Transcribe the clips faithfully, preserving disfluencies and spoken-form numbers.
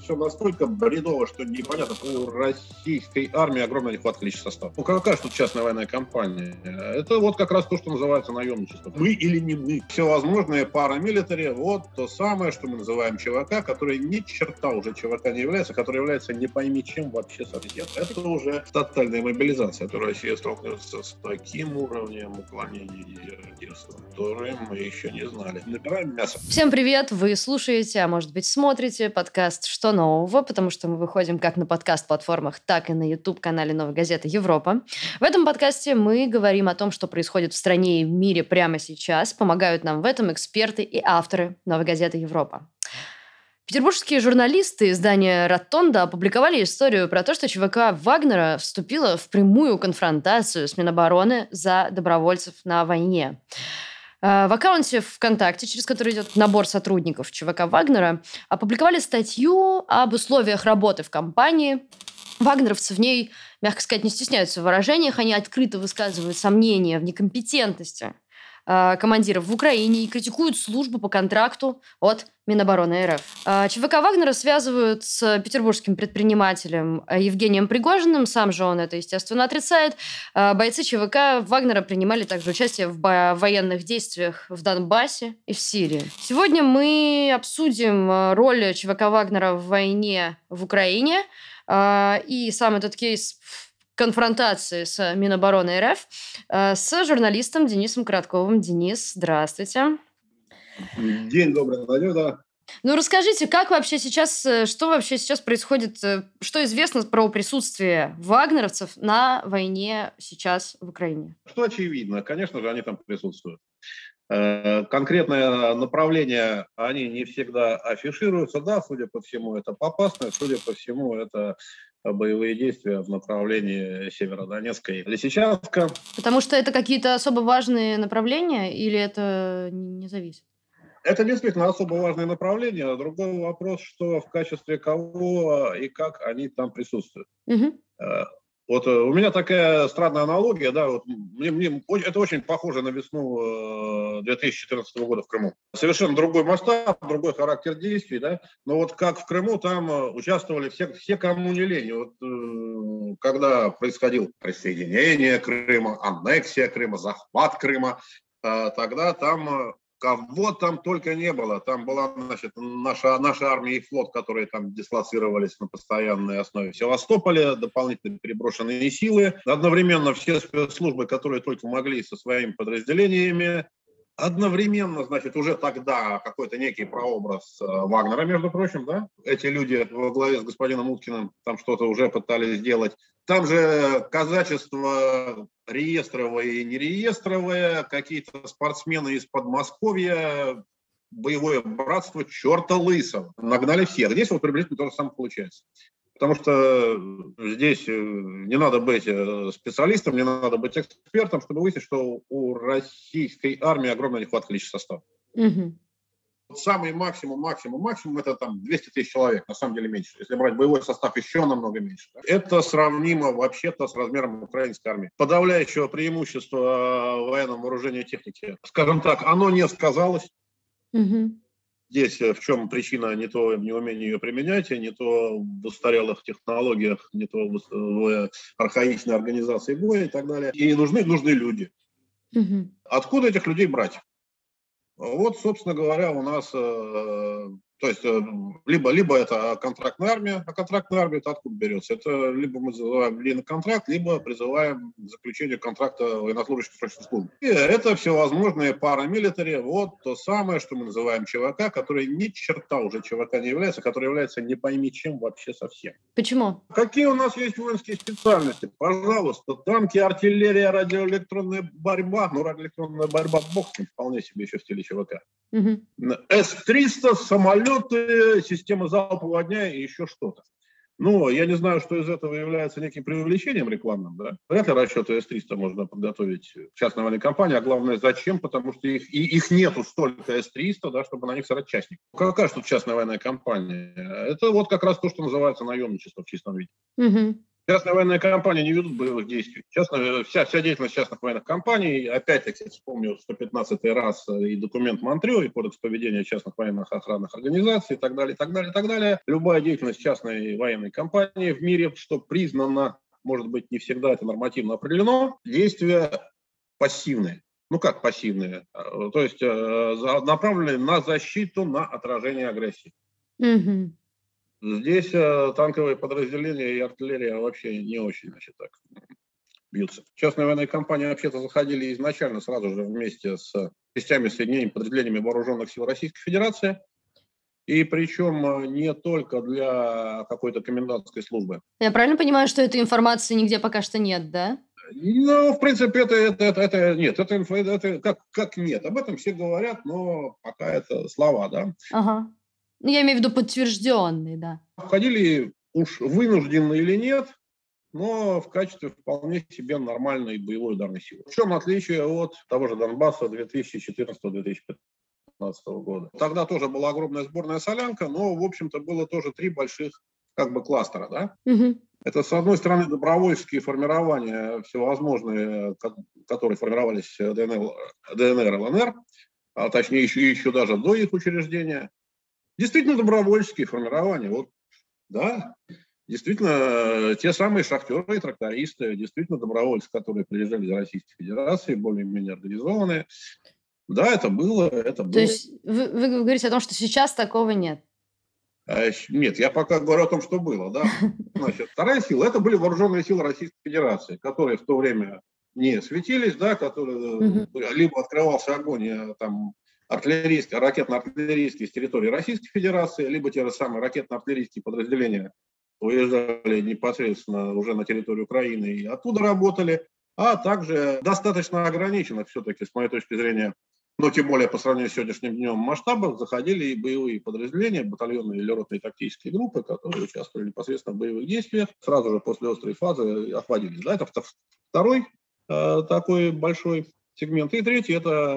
Все настолько бредово, что непонятно. У российской армии огромная нехватка личного состава. Ну какая же тут частная военная компания? Это вот как раз то, что называется наемничество. Мы или не мы. Всевозможные парамилитари, вот то самое, что мы называем ЧВК, который ни черта уже ЧВК не является, который является не пойми чем вообще совсем. Это уже тотальная мобилизация. То Россия столкнется с таким уровнем уклонений и агентства, который мы еще не знали. Набираем мясо. Всем привет! Вы слушаете, а может быть смотрите подкаст «Что нового?», потому что мы выходим как на подкаст-платформах, так и на YouTube-канале «Новой газеты Европа». В этом подкасте мы говорим о том, что происходит в стране и в мире прямо сейчас. Помогают нам в этом эксперты и авторы «Новой газеты Европа». Петербургские журналисты издания «Ротонда» опубликовали историю про то, что ЧВК Вагнера вступила в прямую конфронтацию с Минобороны за добровольцев на войне. В аккаунте ВКонтакте, через который идет набор сотрудников ЧВК Вагнера, опубликовали статью об условиях работы в компании. Вагнеровцы в ней, мягко сказать, не стесняются в выражениях, они открыто высказывают сомнения в некомпетентности командиров в Украине и критикуют службу по контракту от Минобороны РФ. ЧВК Вагнера связывают с петербургским предпринимателем Евгением Пригожиным. Сам же он это, естественно, отрицает. Бойцы ЧВК Вагнера принимали также участие в военных действиях в Донбассе и в Сирии. Сегодня мы обсудим роль ЧВК Вагнера в войне в Украине и сам этот кейс конфронтации с Минобороны РФ с журналистом Денисом Коротковым. Денис, здравствуйте. День добрый, Надежда. Ну, расскажите, как вообще сейчас, что вообще сейчас происходит, что известно про присутствие вагнеровцев на войне сейчас в Украине? Что очевидно, конечно же, они там присутствуют. Конкретное направление они не всегда афишируются, да, судя по всему, это Попасная, судя по всему, это боевые действия в направлении Северодонецка и Лисичанска. Потому что это какие-то особо важные направления или это не зависит? Это действительно особо важное направление. Другой вопрос, что в качестве кого и как они там присутствуют. Угу. Вот у меня такая странная аналогия, да, вот мне, мне, это очень похоже на весну две тысячи четырнадцатого года в Крыму. Совершенно другой масштаб, другой характер действий, да, но вот как в Крыму, там участвовали все, все кому не лень. Вот, когда происходило присоединение Крыма, аннексия Крыма, захват Крыма, тогда там... Кого там только не было. Там была, значит, наша, наша армия и флот, которые там дислоцировались на постоянной основе в Севастополе, дополнительно переброшенные силы. Одновременно все спецслужбы, которые только могли со своими подразделениями. Одновременно, значит, уже тогда какой-то некий прообраз Вагнера, между прочим, да? Эти люди во главе с господином Уткиным там что-то уже пытались сделать. Там же казачество реестровое и нереестровое, какие-то спортсмены из Подмосковья, боевое братство черта лысого. Нагнали всех. Здесь вот приблизительно то же самое получается. Потому что здесь не надо быть специалистом, не надо быть экспертом, чтобы выяснить, что у российской армии огромная нехватка личного состава. Угу. Самый максимум, максимум, максимум это там двести тысяч человек, на самом деле меньше. Если брать боевой состав, еще намного меньше. Это сравнимо вообще-то с размером украинской армии. Подавляющего преимущества в военном вооружении и технике, скажем так, оно не сказалось. Угу. Здесь в чем причина не то в неумении ее применять, не то в устарелых технологиях, не то в архаичной организации боя и так далее. И нужны, нужны люди. Угу. Откуда этих людей брать? Вот, собственно говоря, у нас, э, то есть, э, либо, либо это контрактная армия, а контрактная армия это откуда берется? Это либо мы называем длинный контракт, либо призываем к заключению контракта военнослужащих срочной службы. И это всевозможные парамилитари, вот то самое, что мы называем ЧВК, который ни черта уже ЧВК не является, который является не пойми чем вообще совсем. Почему? Какие у нас есть воинские специальности? Пожалуйста, танки, артиллерия, радиоэлектронная борьба. Ну, радиоэлектронная борьба бог с ним, вполне себе еще в стиле ЧВК. Угу. эс триста, самолеты, система залпового огня и еще что-то. Ну, я не знаю, что из этого является неким преувеличением рекламным, да. Вряд ли расчеты эс триста можно подготовить в частной военной компании, а главное, зачем? Потому что их, и, их нету столько эс триста, да, чтобы на них сажать частников. Какая же тут частная военная компания? Это вот как раз то, что называется наемничество в чистом виде. Угу. Частные военные компании не ведут боевых действий. Частная, вся, вся деятельность частных военных компаний, опять-таки, вспомню сто пятнадцатый раз и документ Монтрео, и кодекс поведения частных военных охранных организаций, и так далее, и так далее, и так далее. Любая деятельность частной военной компании в мире, что признано, может быть, не всегда это нормативно определено, действия пассивные. Ну как пассивные? То есть направленные на защиту, на отражение агрессии. Угу. Здесь э, танковые подразделения и артиллерия вообще не очень, значит, так бьются. Частные военные компании вообще-то заходили изначально сразу же вместе с частями соединений, подразделениями вооруженных сил Российской Федерации. И причем не только для какой-то комендантской службы. Я правильно понимаю, что этой информации нигде пока что нет, да? Ну, в принципе, это, это, это, это нет, это, это как, как нет. Об этом все говорят, но пока это слова, да. Ага. Ну, я имею в виду подтвержденный, да. Входили уж вынужденно или нет, но в качестве вполне себе нормальной боевой ударной силы. В чем отличие от того же Донбасса две тысячи четырнадцатого — две тысячи пятнадцатого года? Тогда тоже была огромная сборная солянка, но, в общем-то, было тоже три больших как бы кластера, да? Угу. Это, с одной стороны, добровольческие формирования всевозможные, которые формировались ДНР, ДНР ЛНР, а точнее еще, еще даже до их учреждения. Действительно добровольческие формирования, вот, да, действительно те самые шахтеры и трактористы, действительно добровольцы, которые приезжали из Российской Федерации, более-менее организованные. Да, это было, это было. То есть вы, вы говорите о том, что сейчас такого нет? А, нет, я пока говорю о том, что было, да. Значит, вторая сила, это были вооруженные силы Российской Федерации, которые в то время не светились, да, которые угу. либо открывался огонь там артиллерийский, ракетно-артиллерийский с территории Российской Федерации, либо те же самые ракетно-артиллерийские подразделения уезжали непосредственно уже на территорию Украины и оттуда работали, а также достаточно ограниченно все-таки, с моей точки зрения, но тем более по сравнению с сегодняшним днем масштабах, заходили и боевые подразделения, батальонные или ротные тактические группы, которые участвовали непосредственно в боевых действиях, сразу же после острой фазы охватились. Да, это второй э, такой большой сегмент. И третий –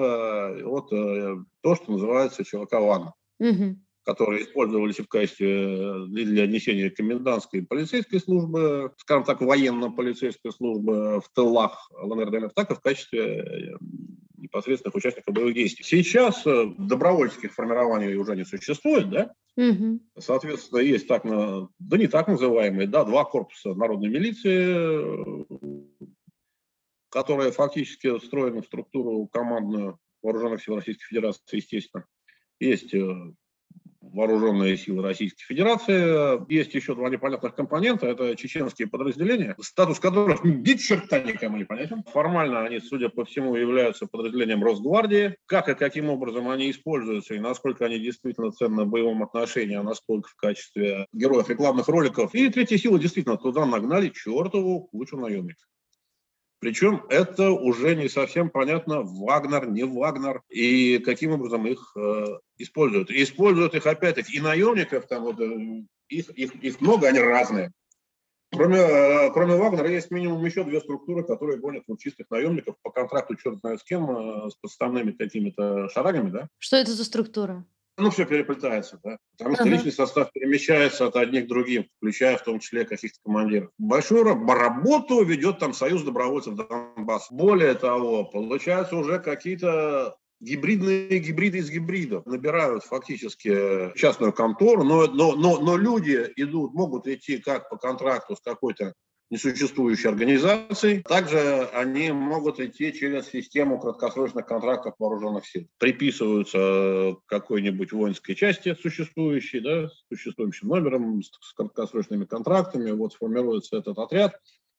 это вот э, то, что называется ЧВК «Вагнер», угу. которые использовались в качестве для несения комендантской и полицейской службы, скажем так, военно-полицейской службы в тылах ЛНР, ДНР, так и в качестве непосредственных участников боевых действий. Сейчас добровольческих формирований уже не существует, да? Угу. Соответственно, есть так, да не так называемые, да, два корпуса народной милиции, которые фактически встроены в структуру командную вооруженных сил Российской Федерации, естественно. Есть вооруженные силы Российской Федерации. Есть еще два непонятных компонента. Это чеченские подразделения, статус которых ни черта никому не понятен. Формально они, судя по всему, являются подразделением Росгвардии. Как и каким образом они используются и насколько они действительно ценны в боевом отношении, а насколько в качестве героев рекламных роликов. И третья сила действительно туда нагнали чертову кучу наемников. Причем это уже не совсем понятно, Вагнер, не Вагнер, и каким образом их э, используют. И используют их опять-таки и наемников, там вот, э, их, их, их много, они разные. Кроме, э, кроме Вагнера есть минимум еще две структуры, которые гонят вот, чистых наемников по контракту черт знает с кем, э, с подставными какими-то шарагами. Да? Что это за структура? Ну, все переплетается, да. Потому что ага. личный состав перемещается от одних к другим, включая в том числе каких-то командиров. Большую работу ведет там Союз добровольцев Донбасса. Более того, получается уже какие-то гибридные гибриды из гибридов. Набирают фактически частную контору, но, но, но, но люди идут, могут идти как по контракту с какой-то несуществующей организацией. Также они могут идти через систему краткосрочных контрактов вооруженных сил. Приписываются какой-нибудь воинской части существующей, да, с существующим номером, с краткосрочными контрактами. Вот сформируется этот отряд,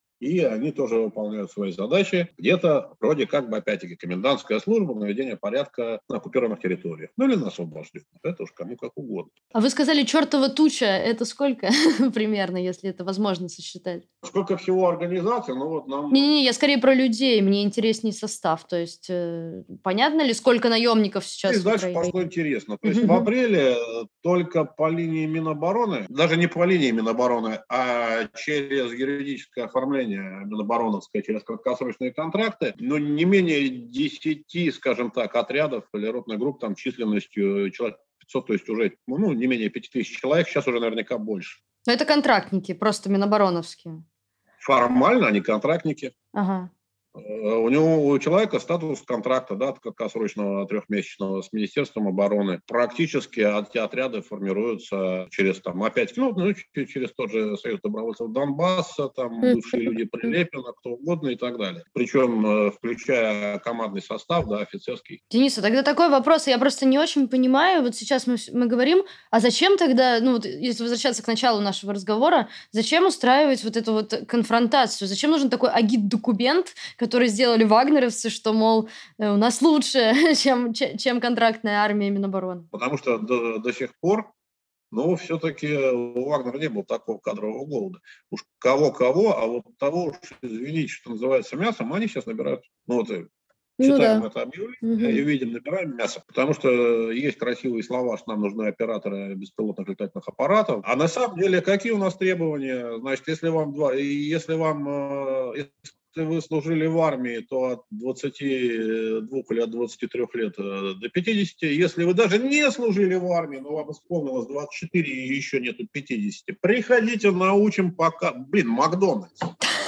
и они тоже выполняют свои задачи. Где-то вроде как бы, опять-таки, комендантская служба, наведение порядка на оккупированных территориях. Ну или на освобожденных. Это уж кому как угодно. А вы сказали, чертова туча. Это сколько примерно, если это возможно сосчитать? Сколько всего организаций? Ну вот нам... Не-не-не, я скорее про людей. Мне интересней состав. То есть, э, понятно ли, сколько наемников сейчас и в Украине? Дальше пошло интересно. То есть в апреле только по линии Минобороны, даже не по линии Минобороны, а через юридическое оформление Минобороновское, через краткосрочные контракты, но не менее десяти, скажем так, отрядов или ротных групп там численностью человек пятьсот, то есть уже ну, не менее пяти тысяч человек, сейчас уже наверняка больше. Но это контрактники, просто минобороновские. Формально они контрактники. Ага. У него, у человека статус контракта, да, краткосрочного трехмесячного с Министерством обороны. Практически эти отряды формируются через, там, опять, ну, ну, через тот же Союз добровольцев Донбасса, там, бывшие люди Прилепина, кто угодно и так далее. Причем, включая командный состав, да, офицерский. Денис, а тогда такой вопрос, я просто не очень понимаю. Вот сейчас мы, мы говорим, а зачем тогда, ну, вот, если возвращаться к началу нашего разговора, зачем устраивать вот эту вот конфронтацию? Зачем нужен такой агит-документ, который сделали вагнеровцы, что, мол, у нас лучше, чем, чем контрактная армия Минобороны? Потому что до, до сих пор, но все-таки у Вагнера не было такого кадрового голода. Уж кого-кого, а вот того, уж, извините, что называется мясом, они сейчас набирают. Ну, вот, читаем ну, да. это объявление угу. и видим, набираем мясо. Потому что есть красивые слова, что нам нужны операторы беспилотных летательных аппаратов. А на самом деле, какие у нас требования? Значит, если вам, два, если вам если вы служили в армии, то от двадцати двух или от двадцати трёх лет до пятидесяти. Если вы даже не служили в армии, но вам исполнилось двадцать четыре и еще нету пятидесяти, приходите, научим пока... Блин, Макдональдс.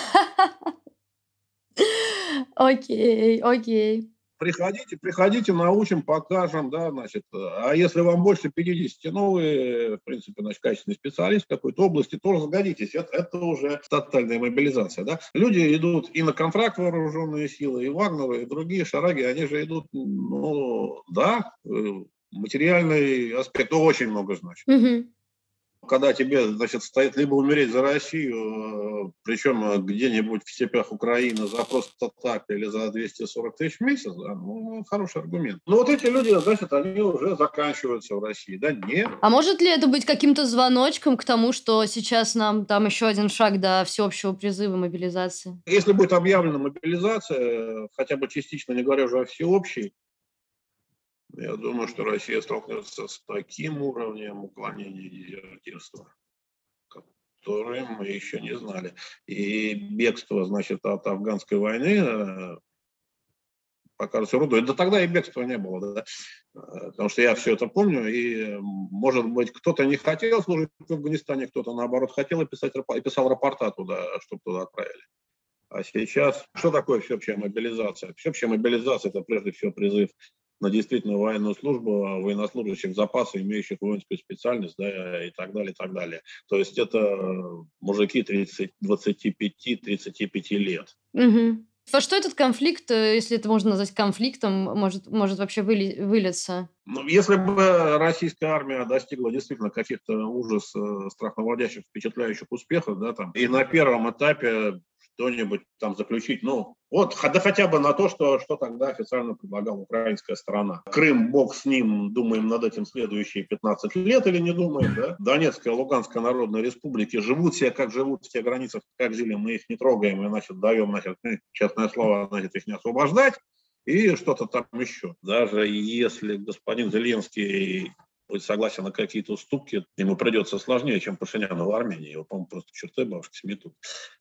Окей, окей. Приходите, приходите, научим, покажем, да, значит. А если вам больше пятидесяти, ну, вы, в принципе, значит, качественный специалист в какой-то области, тоже сгодитесь. Это, это уже тотальная мобилизация, да. Люди идут и на контракт вооруженные силы, и Вагнеры, и другие шараги, они же идут, ну, да, материальный аспект очень много значит. Угу. Когда тебе, значит, стоит либо умереть за Россию, причем где-нибудь в степях Украины за просто так или за двести сорок тысяч в месяц, да, ну, хороший аргумент. Но вот эти люди, значит, они уже заканчиваются в России, да, нет. А может ли это быть каким-то звоночком к тому, что сейчас нам там еще один шаг до всеобщего призыва мобилизации? Если будет объявлена мобилизация, хотя бы частично, не говоря уже о всеобщей, я думаю, что Россия столкнется с таким уровнем уклонения и дезертирства, который мы еще не знали. И бегство, значит, от афганской войны покажется рудой. Да тогда и бегства не было, да? Потому что я все это помню, и, может быть, кто-то не хотел служить в Афганистане, кто-то, наоборот, хотел и, писать, и писал рапорта туда, чтобы туда отправили. А сейчас, что такое всеобщая мобилизация? Всеобщая мобилизация – это прежде всего призыв на действительно военную службу военнослужащих запаса, имеющих воинскую специальность, да, и так далее, и так далее. То есть это мужики двадцати пяти тридцати пяти лет. Угу. Во что этот конфликт, если это можно назвать конфликтом, может, может вообще выли, вылиться? Ну, если бы российская армия достигла действительно каких-то ужас, страхнаводящих, впечатляющих успехов, да, там, и на первом этапе что-нибудь там заключить, ну, вот, да хотя бы на то, что, что тогда официально предлагала украинская сторона. Крым, бог с ним, думаем над этим следующие пятнадцать лет или не думаем, да? Донецкая, Луганская народные республики живут себе, как живут в тех границах, как жили, мы их не трогаем, и, значит, даем, значит, честное слово, значит, их не освобождать, и что-то там еще. Даже если господин Зеленский будет согласен на какие-то уступки, ему придется сложнее, чем Пашиняну в Армении, его, по-моему, просто черты бабушки сметут.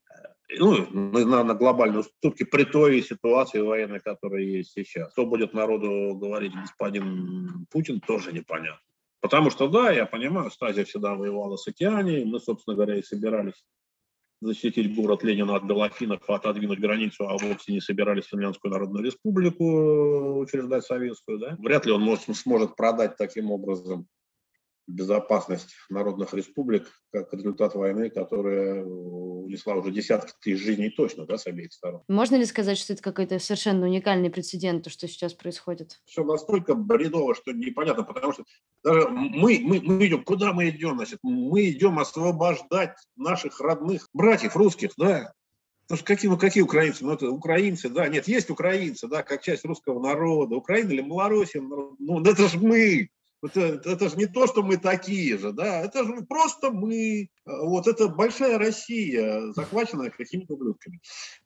Ну, на, на глобальные уступки при той ситуации военной, которая есть сейчас. Что будет народу говорить господин Путин, тоже непонятно. Потому что, да, я понимаю, Стазия всегда воевала с Океанией, мы, собственно говоря, и собирались защитить город Ленина от белофинов, отодвинуть границу, а вовсе не собирались Финляндскую Народную Республику учреждать советскую. Да? Вряд ли он может, сможет продать таким образом безопасность народных республик как результат войны, которая унесла уже десятки тысяч жизней точно, да, с обеих сторон. Можно ли сказать, что это какой-то совершенно уникальный прецедент, то, что сейчас происходит? Все настолько бредово, что непонятно, потому что даже мы, мы, мы идем, куда мы идем, значит, мы идем освобождать наших родных братьев русских, да. Потому что какие, ну, какие украинцы? Ну, это украинцы, да, нет, есть украинцы, да, как часть русского народа. Украина или Малороссия, ну, это же мы. Это, это же не то, что мы такие же, да, это же просто мы. Вот это большая Россия, захваченная какими-то ублюдками,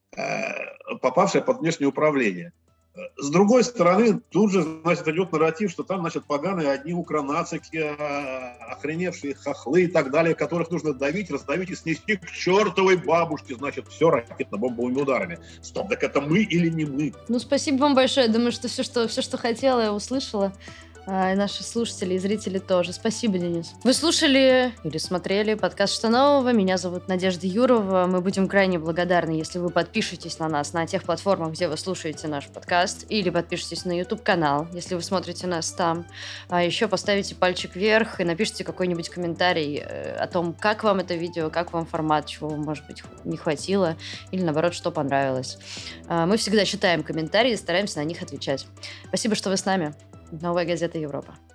попавшая под внешнее управление. С другой стороны, тут же, значит, идет нарратив, что там, значит, поганые одни укронацики, охреневшие хохлы и так далее, которых нужно давить, раздавить и снести к чертовой бабушке, значит, все ракетно-бомбовыми ударами. Стоп, так это мы или не мы? Ну, спасибо вам большое. Думаю, что все, что, все, что хотела, я услышала. А, и наши слушатели и зрители тоже. Спасибо, Денис. Вы слушали или смотрели подкаст «Что нового?». Меня зовут Надежда Юрова. Мы будем крайне благодарны, если вы подпишетесь на нас на тех платформах, где вы слушаете наш подкаст, или подпишитесь на YouTube-канал, если вы смотрите нас там. А еще поставите пальчик вверх и напишите какой-нибудь комментарий э, о том, как вам это видео, как вам формат, чего вам, может быть, не хватило, или, наоборот, что понравилось. А, мы всегда читаем комментарии и стараемся на них отвечать. Спасибо, что вы с нами. Новая газета Европа.